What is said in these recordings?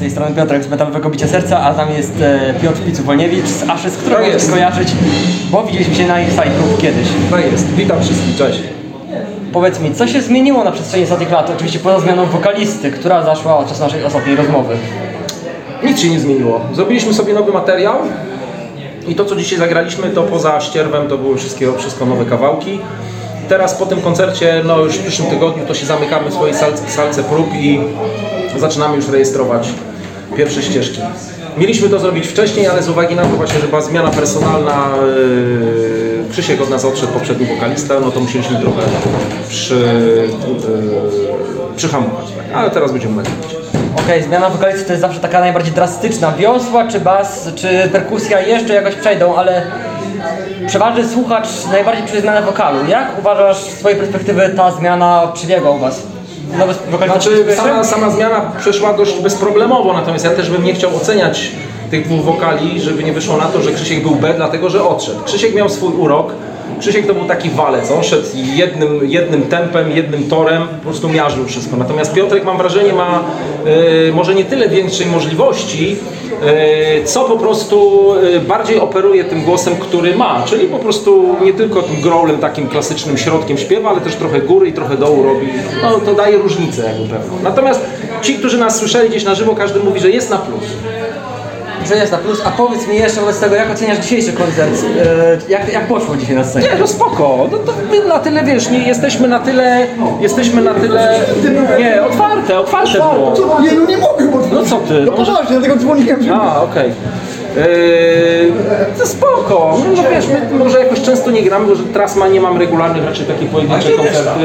tej strony Piotrek z Metalowego Bicia Serca, a tam jest Piotr Picu-Wolniewicz z Aszy, z którą możecie kojarzyć, bo widzieliśmy się na ich side group kiedyś. Tak jest, witam wszystkich, cześć. Powiedz mi, co się zmieniło na przestrzeni ostatnich lat, oczywiście poza zmianą wokalisty, która zaszła od czasu naszej ostatniej rozmowy? Nic się nie zmieniło. Zrobiliśmy sobie nowy materiał i to, co dzisiaj zagraliśmy, to poza ścierwem to były wszystko nowe kawałki. Teraz po tym koncercie, no już w przyszłym tygodniu, to się zamykamy w swojej salce prób i zaczynamy już rejestrować pierwsze ścieżki. Mieliśmy to zrobić wcześniej, ale z uwagi na to właśnie, że była zmiana personalna, Krzysiek od nas odszedł, poprzedni wokalista, no to musieliśmy trochę przyhamować, tak? Ale teraz będziemy nagrywać. Okej, zmiana wokalisty to jest zawsze taka najbardziej drastyczna. Wiosła, czy bas, czy perkusja jeszcze jakoś przejdą, ale przeważny słuchacz najbardziej czuje zmianę wokalu. Jak uważasz z twojej perspektywy ta zmiana przebiegła u was? Znaczy, sama zmiana przeszła dość bezproblemowo, natomiast ja też bym nie chciał oceniać tych dwóch wokali, żeby nie wyszło na to, że Krzysiek był B, dlatego że odszedł. Krzysiek miał swój urok. Krzysiek to był taki walec, on szedł jednym tempem, jednym torem, po prostu miażdżył wszystko. Natomiast Piotrek, mam wrażenie, ma może nie tyle większej możliwości, co po prostu bardziej operuje tym głosem, który ma, czyli po prostu nie tylko tym growlem takim klasycznym środkiem śpiewa, ale też trochę góry i trochę dołu robi. No to daje różnicę jakby pewną. Natomiast ci, którzy nas słyszeli gdzieś na żywo, każdy mówi, że jest na plus. Że jest na plus, a powiedz mi jeszcze wobec tego, jak oceniasz dzisiejszy koncert? Jak poszło dzisiaj na scenie? Nie, no spoko, no to my na tyle, wiesz, nie jesteśmy na tyle, nie, otwarte było. Nie, no nie mogę, bo... No co ty? No poważnie, dlatego dzwoniłem. A, okej. To spoko, no wiesz, my może jakoś często nie gramy, bo że Trasma nie mam regularnych raczej takie pojedyncze koncerty.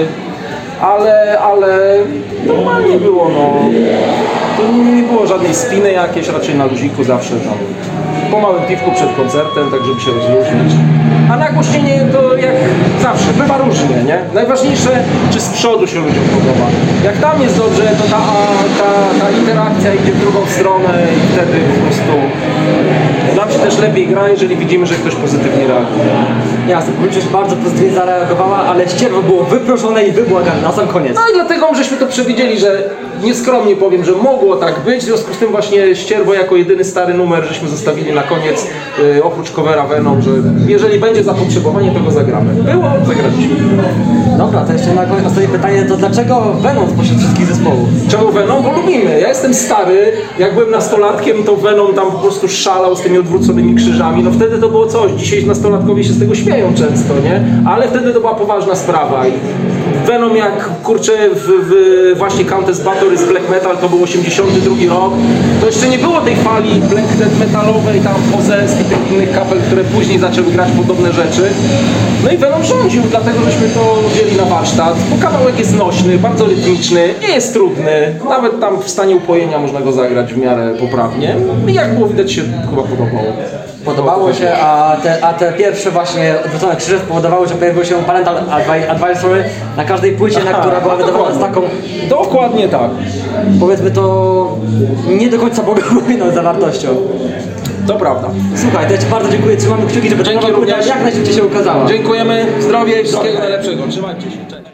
Ale normalnie było, no. To nie było żadnej spiny jakiejś, raczej na luziku zawsze tam. Po małym piwku przed koncertem, tak żeby się rozluźnić. A nagłośnienie to jak zawsze, bywa różnie, nie? Najważniejsze, czy z przodu się ludziom podoba. Jak tam jest dobrze, to ta interakcja idzie w drugą stronę i wtedy po prostu nam się też lepiej gra, jeżeli widzimy, że ktoś pozytywnie reaguje. Jasne, publiczność bardzo pozytywnie zareagowała, ale ścierwo było wyproszone i wybłagane na sam koniec. No i dlatego żeśmy to przewidzieli, że nieskromnie powiem, że mogło tak być, w związku z tym właśnie Ścierwo jako jedyny stary numer żeśmy zostawili na koniec, oprócz covera Venom, że jeżeli będzie zapotrzebowanie, to go zagramy. Było, zagraliśmy. Dobra, to jeszcze na koniec ostatnie pytanie, to dlaczego Venom spośród wszystkich zespołów? Czemu Venom? Bo lubimy. Ja jestem stary, jak byłem nastolatkiem, to Venom tam po prostu szalał z tymi odwróconymi krzyżami, no wtedy to było coś. Dzisiaj nastolatkowie się z tego śmieją często, nie? Ale wtedy to była poważna sprawa i Venom jak, kurczę, właśnie Countess Bathory z black metal, to był 82 rok, to jeszcze nie było tej fali black death metalowej, tam Possessed i tych innych kapel, które później zaczęły grać podobne rzeczy. No i Venom rządził, dlatego żeśmy to wzięli na warsztat, bo kawałek jest nośny, bardzo rytmiczny, nie jest trudny, nawet tam w stanie upojenia można go zagrać w miarę poprawnie i jak było widać się chyba podobało. Podobało się, a te pierwsze właśnie odwrócone krzyże spowodowały, że pojawiło się Parental Advisory na każdej płycie, która była wydawana z taką... Dokładnie tak. Powiedzmy to nie do końca bogobojną zawartością. To prawda. Słuchaj, to ja Ci bardzo dziękuję, trzymamy kciuki, żeby ta nowa płyta jak najszybciej się ukazała. Dziękujemy, zdrowie i wszystkiego najlepszego. Trzymajcie się. Cześć.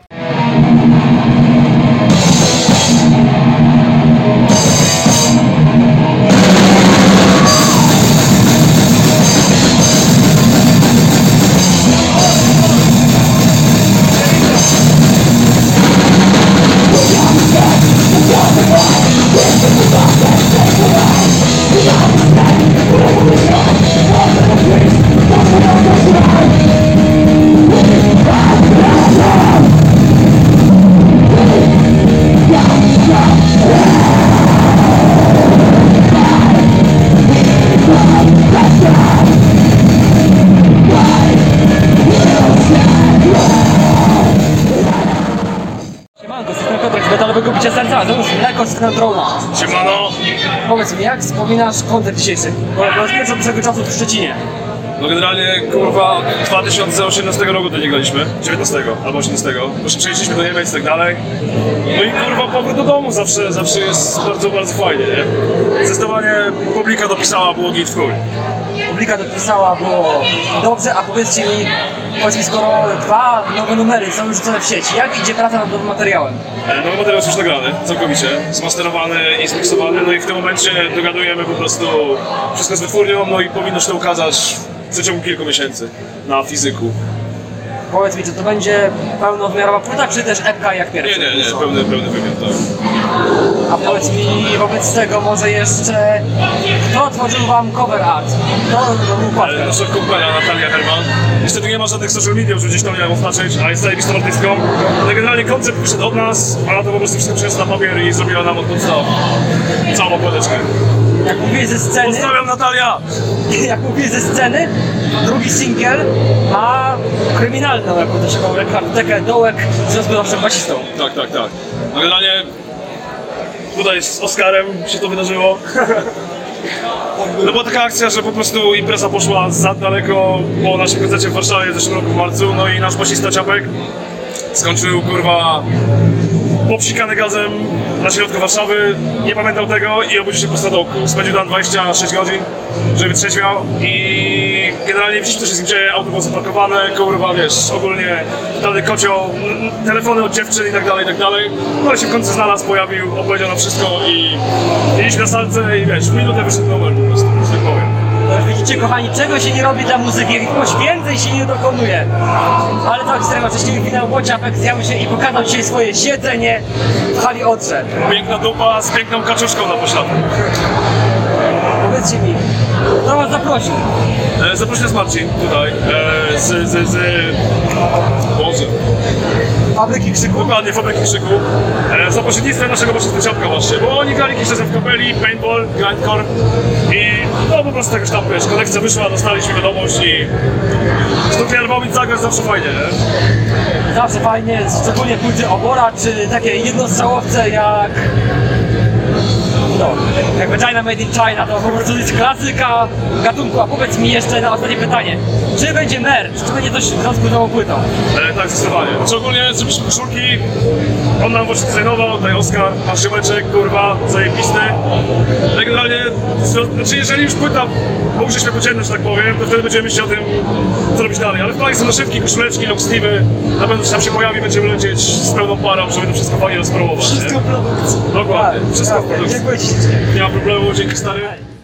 Metalowego Bicia Serca, a to już lekko z Drona. Siemano! Powiedz mi, jak wspominasz koncert dzisiejszy? Po raz pierwszy od dłuższego czasu w Szczecinie. No generalnie, kurwa, 2018 roku to nie graliśmy, 19 albo 18. Przejeździliśmy do Niemiec i tak dalej. No i kurwa, powrót do domu zawsze jest bardzo, bardzo fajnie, nie? Zdecydowanie publika dopisała, było git w chuj. publika dopisała, było dobrze, a powiedz mi, skoro 2 nowe numery są już rzucone w sieci, jak idzie praca nad nowym materiałem? Nowy materiał jest już nagrany, całkowicie, zmasterowany i zmiksowany, no i w tym momencie dogadujemy po prostu wszystko z wytwórnią, no i powinno się to ukazać w przeciągu kilku miesięcy na fizyku. Powiedz mi, czy to będzie pełnowymiarowa płyta, czy też epka jak pierwsza? Nie, pełny wymiar, tak. A powiedz mi wobec tego może jeszcze, kto tworzył wam cover art? Kto robił układkę? Nasza kumpela Natalia Herman. Niestety nie ma żadnych social media, żeby gdzieś tam ją oznaczyć, a jest zajebistą artystką. Ale generalnie koncept wyszedł od nas, a to po prostu wszystko przyniosła na papier i zrobiła nam od podstaw całą okładeczkę. Jak mówiłeś ze sceny, Pozdrawiam Natalia! jak mówiłeś ze sceny, drugi singiel ma kryminalną jakąś taką kartotekę, dołek w związku z naszym basistą. Tak. No generalnie tutaj z Oskarem się to wydarzyło. No była taka akcja, że po prostu impreza poszła za daleko po naszym koncercie w Warszawie w zeszłym roku w marcu, no i nasz basista Ciapek skończył kurwa popsikany gazem na środku Warszawy, nie pamiętał tego i obudził się po stodołku. Spędził tam 26 godzin, żeby wytrzeźwiał i generalnie widzisz, co się z nim dzieje, auto było zaparkowane, kurwa, wiesz, ogólnie totalny kocioł, telefony od dziewczyn i tak dalej. No ale się w końcu znalazł, pojawił, opowiedział nam wszystko i mieliśmy na salce i wiesz, w minutę wyszedł numer po prostu, że tak powiem. No już widzicie, kochani, czego się nie robi dla muzyki, jakich poświęceń się nie dokonuje. Ale cała historia wcześniej finał, bo Ciapek zjawił się i pokazał dzisiaj swoje siedzenie w hali Odrze. Piękna dupa z piękną kaczuszką na pośladku. Powiedzcie mi, kto was zaprosił? Zaprosił nas Marcin tutaj, Boże. Fabryki Krzyku. Dokładnie, Fabryki Krzyku. Za pośrednictwem naszego basisty Ciapka właśnie, bo oni grali jakiś czas w kapeli, paintball, grindcore i no po prostu tak już tam, wiesz, konekcja wyszła, dostaliśmy wiadomość i sztuki albumic zagrać zawsze fajnie, nie? Zawsze fajnie, szczególnie płyty Obora, czy takie jednostrzałowce jak... No, jak Vagina Made in China, to po prostu jest klasyka gatunku. A powiedz mi jeszcze na ostatnie pytanie, czy będzie merch, czy będzie coś w związku z nową płytą? Tak, zdecydowanie. Znaczy ogólnie zrobiliśmy koszulki, on nam właśnie designował, tutaj Oskar, nasz ziomeczek, kurwa, zajebisty. Generalnie, znaczy jeżeli już płyta mógł się pociągnąć, że tak powiem, to wtedy będziemy myśleć o tym, co robić dalej. Ale w planie są naszywki, koszuleczki, looksteamy, na pewno tam się pojawi, będziemy lecieć z pełną parą, żeby to wszystko fajnie rozpromować. Wszystko w produkcji. Dokładnie, wszystko w produkcji. Dziękuję ci. Nie ma problemu, dzięki stary.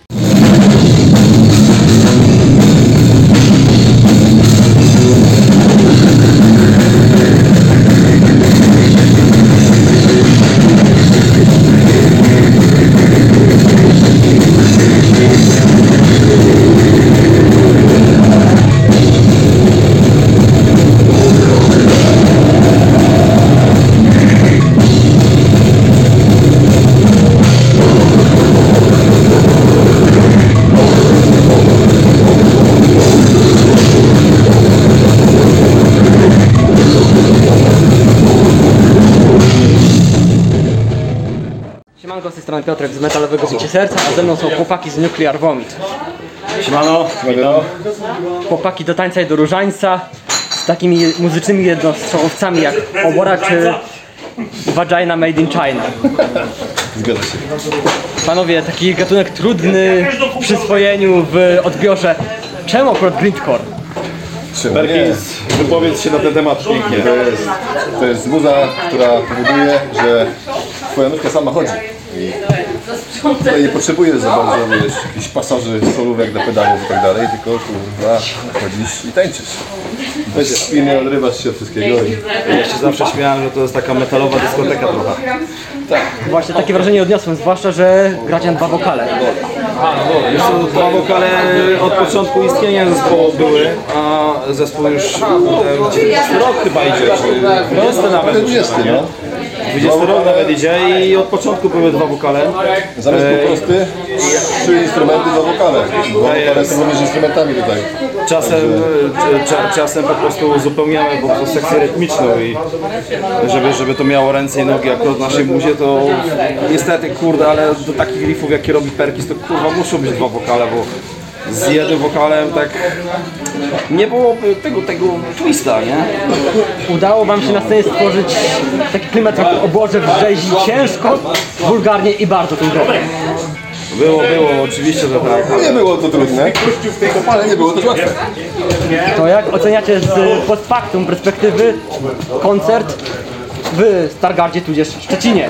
Siemanko, z tej strony Piotrek z Metalowego Bicie Serca, a ze mną są chłopaki z Nuclear Vomit. Siemano, Chłopaki do tańca i do różańca z takimi muzycznymi jednostrzałowcami jak Obora czy Vagina Made in China. zgadza się. Panowie, taki gatunek trudny w przyswojeniu, w odbiorze. Czemu akurat grindcore? Perkins, wypowiedz się na ten temat pięknie. To jest muza, która powoduje, że twoja nóżka sama chodzi. I tutaj nie potrzebujesz za bardzo, wiesz, jakichś pasaży, solówek do pedałów i tak dalej, tylko kurwa, chodzisz i tańczysz. Weź spiny, odrywasz się od wszystkiego i... Ja się zawsze śmiałem, że to jest taka metalowa dyskoteka trochę. Właśnie takie wrażenie odniosłem, zwłaszcza, że gracie na 2 wokale. Już to 2 wokale od początku istnienia zespołu były, a zespół już 19 rok chyba idzie, czy 20 nawet. 20, no. 20 rok nawet idzie i od początku były 2 wokale. Zamiast po prostu 3 instrumenty za wokale. Bo wokale są również instrumentami tutaj. Czasem po prostu uzupełniamy po prostu sekcję rytmiczną i żeby to miało ręce i nogi. Akurat w naszej muzie to niestety kurde, ale do takich riffów jakie robi Perkins to kurwa muszą być 2 wokale, bo z jednym wokalem tak nie byłoby tego twista, nie? Udało wam się na scenie stworzyć taki klimat jak Oborze w rzezi ciężko, wulgarnie i bardzo tunkowo. Było, oczywiście, że tak. No nie było to trudne, ale nie było też łatwe. To jak oceniacie z post factum perspektywy koncert w Stargardzie tudzież w Szczecinie?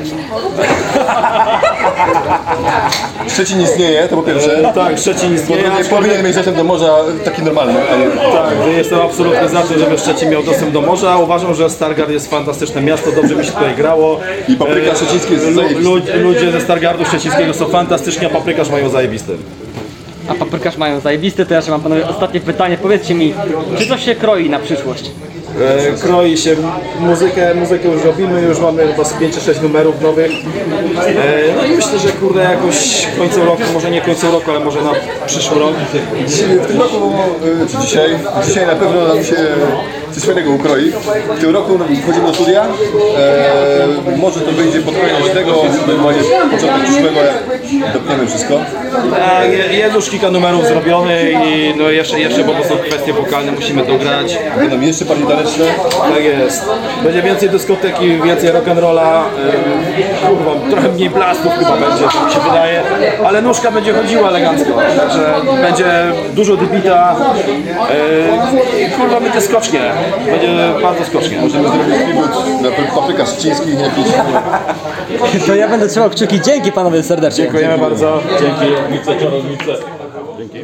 Szczecin istnieje, to po pierwsze. Tak, Szczecin istnieje. Powinien mieć dostęp do morza taki normalny, a nie... Tak, jestem absolutnie za tym, żeby Szczecin miał dostęp do morza. Uważam, że Stargard jest fantastyczne miasto, dobrze mi się tutaj grało. I papryka szczeciński jest zajebisty. Ludzie ze Stargardu szczecińskiego są fantastyczni, a paprykarz mają zajebisty. A paprykarz mają zajebisty, to ja jeszcze mam panowie ostatnie pytanie. Powiedzcie mi, czy coś się kroi na przyszłość? Kroi się muzykę już robimy, już mamy chyba 5 czy 6 numerów nowych. No i myślę, że kurde jakoś końcem roku, może nie końcem roku, ale może na przyszły rok. W tym roku, czy dzisiaj na pewno nam się coś fajnego ukroi. W tym roku wchodzimy do studia. Może to wyjdzie pod koniec tego, ewentualnie początek przyszłego, jak dopniemy wszystko. Jest już kilka numerów zrobionych i no jeszcze po prostu kwestie wokalne musimy dograć. Będą jeszcze bardziej taneczne. Tak jest. Będzie więcej dyskoteki, więcej rock'n'rolla, kurwa, trochę mniej blastów chyba będzie, tak mi się wydaje, ale nóżka będzie chodziła elegancko, także będzie dużo debita, kurwa, będzie skocznie, będzie bardzo skocznie. Możemy zrobić tribut na papryka szczecińskich jakiś. To ja będę trzymał kciuki. Dzięki panowie serdecznie. Dziękujemy bardzo. Dzięki. Dzięki.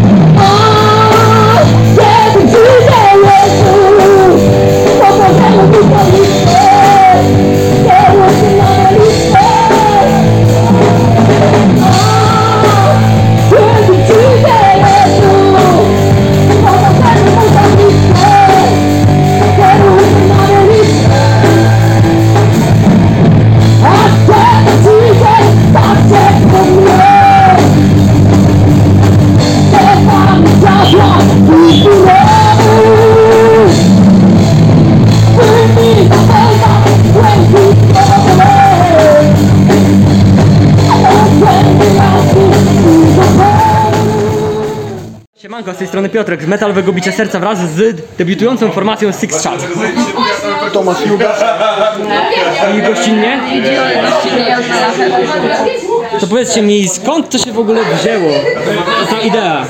Siemanko, z tej strony Piotrek z Metalowego Bicia Serca wraz z debiutującą formacją Six Shot. Tomasz Juga. I gościnnie? To powiedzcie mi, skąd to się w ogóle wzięło, ta idea?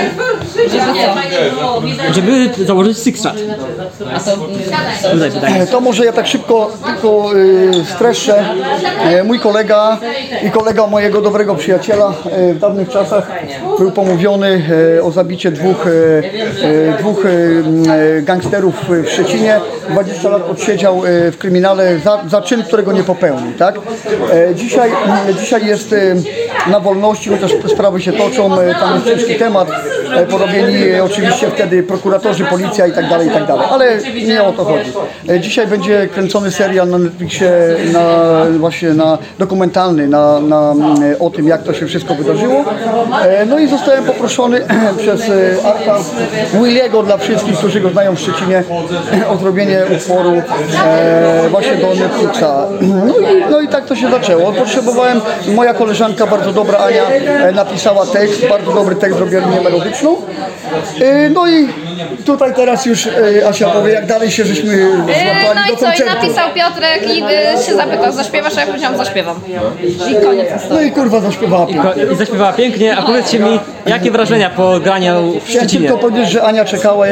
Żeby założyć Six Shot. Tutaj pytanie. To może ja tak szybko tylko streszczę. Mój kolega i kolega mojego dobrego przyjaciela w dawnych czasach był pomówiony o zabicie dwóch gangsterów w Szczecinie. 20 lat odsiedział w kryminale za czyn, którego nie popełnił. Tak? Dzisiaj jest na wolności, chociaż sprawy się toczą, tam jest ciężki temat, porobieni oczywiście wtedy prokuratorzy, policja i tak dalej, ale nie o to chodzi. Dzisiaj będzie kręcony serial na Netflixie, właśnie dokumentalny o tym, jak to się wszystko wydarzyło. No i zostałem poproszony przez Arka Williego, dla wszystkich, którzy go znają w Szczecinie, o zrobienie utworu właśnie do Netflixa. No i tak to się zaczęło. Potrzebowałem, moja koleżanka, bardzo dobra Ania, napisała tekst, bardzo dobry tekst, zrobiła linię melodyczną. No i tutaj teraz już Asia powie, jak dalej się żeśmy złapali No do i co, i koncertu. napisał Piotrek i się zapytał, zaśpiewasz? A ja powiedziałam, zaśpiewam. I koniec No historii. i kurwa zaśpiewała pięknie. I zaśpiewała pięknie, a powiedzcie mi, jakie wrażenia po graniu w Chciałem Szczecinie? tylko powiedzieć, że Ania czekała,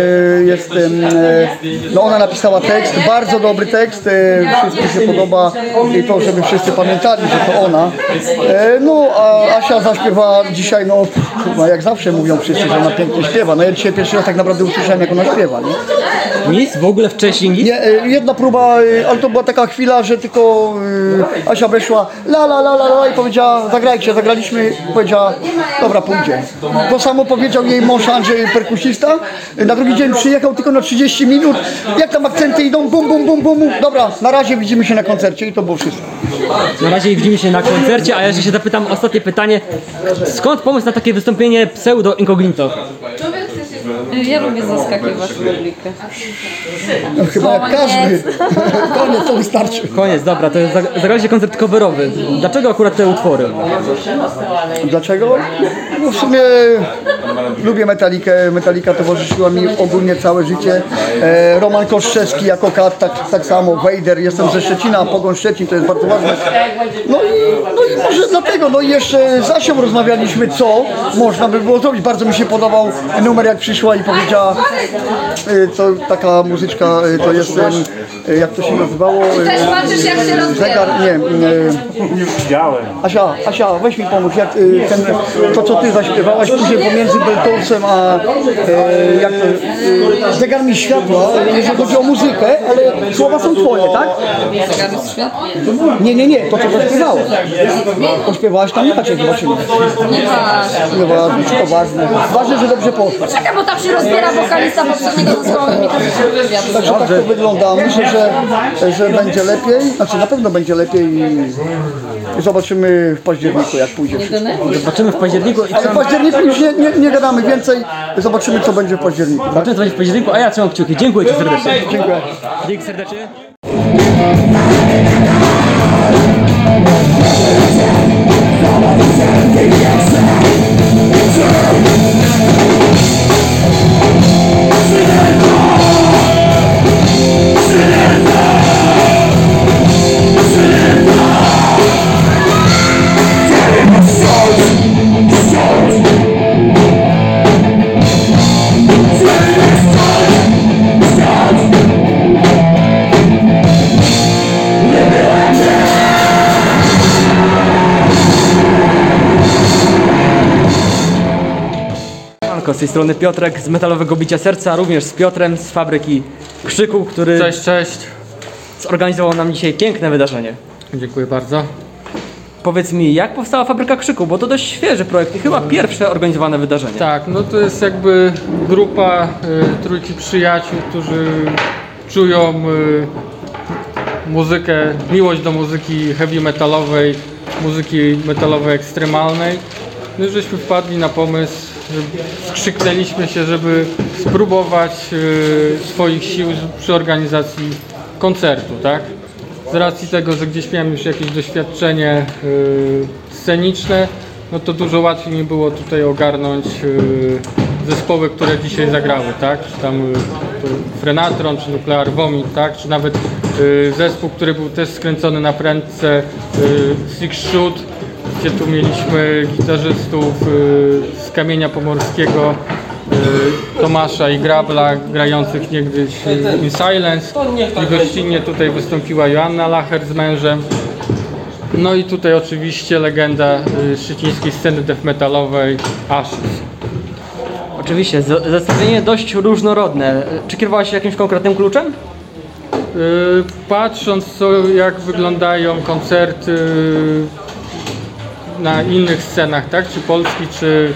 no ona napisała tekst, bardzo dobry tekst, wszystkim się podoba i to, żeby wszyscy pamiętali, że to ona. No a Asia zaśpiewała dzisiaj, no kurwa, jak zawsze mówią wszyscy, że ona pięknie śpiewa. No ja dzisiaj pierwszy raz tak naprawdę usłyszałem, jak ona śpiewa, nie? Nic? W ogóle wcześniej nic? Nie, jedna próba, ale to była taka chwila, że tylko Asia weszła la i powiedziała, zagrajcie, zagraliśmy, powiedziała, dobra, pójdzie. To samo powiedział jej mąż Andrzej, perkusista. Na drugi dzień przyjechał tylko na 30 minut. Jak tam akcenty idą, bum, bum, bum, bum. Dobra, na razie widzimy się na koncercie i to było wszystko. Na razie widzimy się na koncercie, a ja jeszcze się zapytam ostatnie pytanie. Skąd pomysł na takie wystąpienie pseudo incognito? Ja lubię zaskakiwać publikę. No, chyba jak każdy. Koniec, to wystarczy. Koniec, dobra, to jest zagraliście koncert coverowy. Dlaczego akurat te utwory? Dlaczego? No w sumie lubię Metallicę. Metallica towarzyszyła mi ogólnie całe życie. Roman Koszczewski jako kat, tak samo. Vader, jestem ze Szczecina, Pogoń Szczecin, to jest bardzo ważne. No i może dlatego, no i jeszcze z Asią rozmawialiśmy, co można by było zrobić. Bardzo mi się podobał numer, jak przyszła i powiedziała, to taka muzyczka, to jest, jak to się nazywało? Też patrzysz, jak się rozbiera. Zegar, nie. Asia, weź mi pomóż, jak to co ty zaśpiewałaś później pomiędzy Beltolcem a jak to, zegar mi światła, jeżeli chodzi o muzykę, ale słowa są twoje, tak? Zegar jest światło? Nie, to co zaśpiewałaś. Pośpiewałaś tam inaczej chyba, czy nie? Nieważne, to ważne. Ważne, że dobrze poszło. Czekaj, bo tam się rozbiera wokalista poprzedniego zespołu i mi to się wywiad. Także tak to wygląda. Myślę, że będzie lepiej. Znaczy na pewno będzie lepiej i zobaczymy w październiku, jak pójdzie wszystko. Zobaczymy w październiku i Ale w październiku już nie gadamy więcej. Zobaczymy, co będzie w październiku. Tak? zobaczymy co będzie w październiku, a ja trzymam kciuki. Dziękuję Ci serdecznie. Dziękuję. Dzięki serdecznie. Z tej strony Piotrek z Metalowego Bicia Serca, również z Piotrem z fabryki Krzyku, który Cześć. zorganizował nam dzisiaj piękne wydarzenie. Dziękuję bardzo. Powiedz mi, jak powstała fabryka Krzyku, bo to dość świeży projekt i chyba pierwsze organizowane wydarzenie. Tak, no to jest jakby grupa trójki przyjaciół, którzy czują muzykę, miłość do muzyki heavy metalowej, muzyki metalowej ekstremalnej. No i żeśmy wpadli na pomysł, że skrzyknęliśmy się, żeby spróbować swoich sił przy organizacji koncertu, tak? Z racji tego, że gdzieś miałem już jakieś doświadczenie sceniczne, no to dużo łatwiej mi było tutaj ogarnąć zespoły, które dzisiaj zagrały, tak? Czy tam Frenatron, czy Nuclear Vomit, tak? Czy nawet zespół, który był też skręcony na prędce, Six Shoot, gdzie tu mieliśmy gitarzystów z Kamienia Pomorskiego, Tomasza i Grabla, grających niegdyś In Silence. I gościnnie tutaj wystąpiła Joanna Lacher z mężem. No i tutaj oczywiście legenda szczecińskiej sceny death metalowej Ashes. Oczywiście, zestawienie dość różnorodne. Czy kierowałeś się jakimś konkretnym kluczem? Patrząc jak wyglądają koncerty na innych scenach, tak? Czy Polski, czy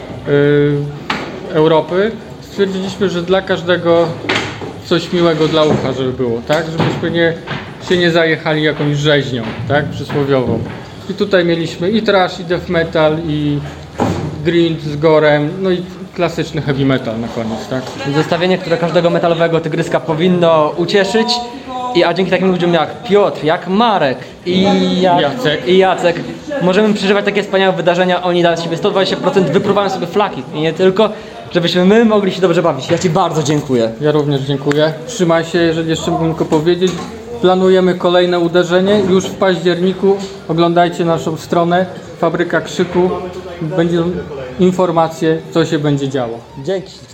Europy, stwierdziliśmy, że dla każdego coś miłego dla ucha, żeby było, tak? Żebyśmy się nie zajechali jakąś rzeźnią, tak? Przysłowiową. I tutaj mieliśmy i thrash, i death metal, i grind z gorem, no i klasyczny heavy metal na koniec, tak? Zestawienie, które każdego metalowego tygryska powinno ucieszyć. A dzięki takim ludziom jak Piotr, jak Marek i Jacek możemy przeżywać takie wspaniałe wydarzenia. Oni dla siebie 120% wypróbają sobie flaki i nie tylko, żebyśmy my mogli się dobrze bawić. Ja Ci bardzo dziękuję. Ja również dziękuję. Trzymaj się, jeżeli jeszcze mógłbym tylko powiedzieć. Planujemy kolejne uderzenie już w październiku. Oglądajcie naszą stronę Fabryka Krzyku. Będą informacje, co się będzie działo. Dzięki.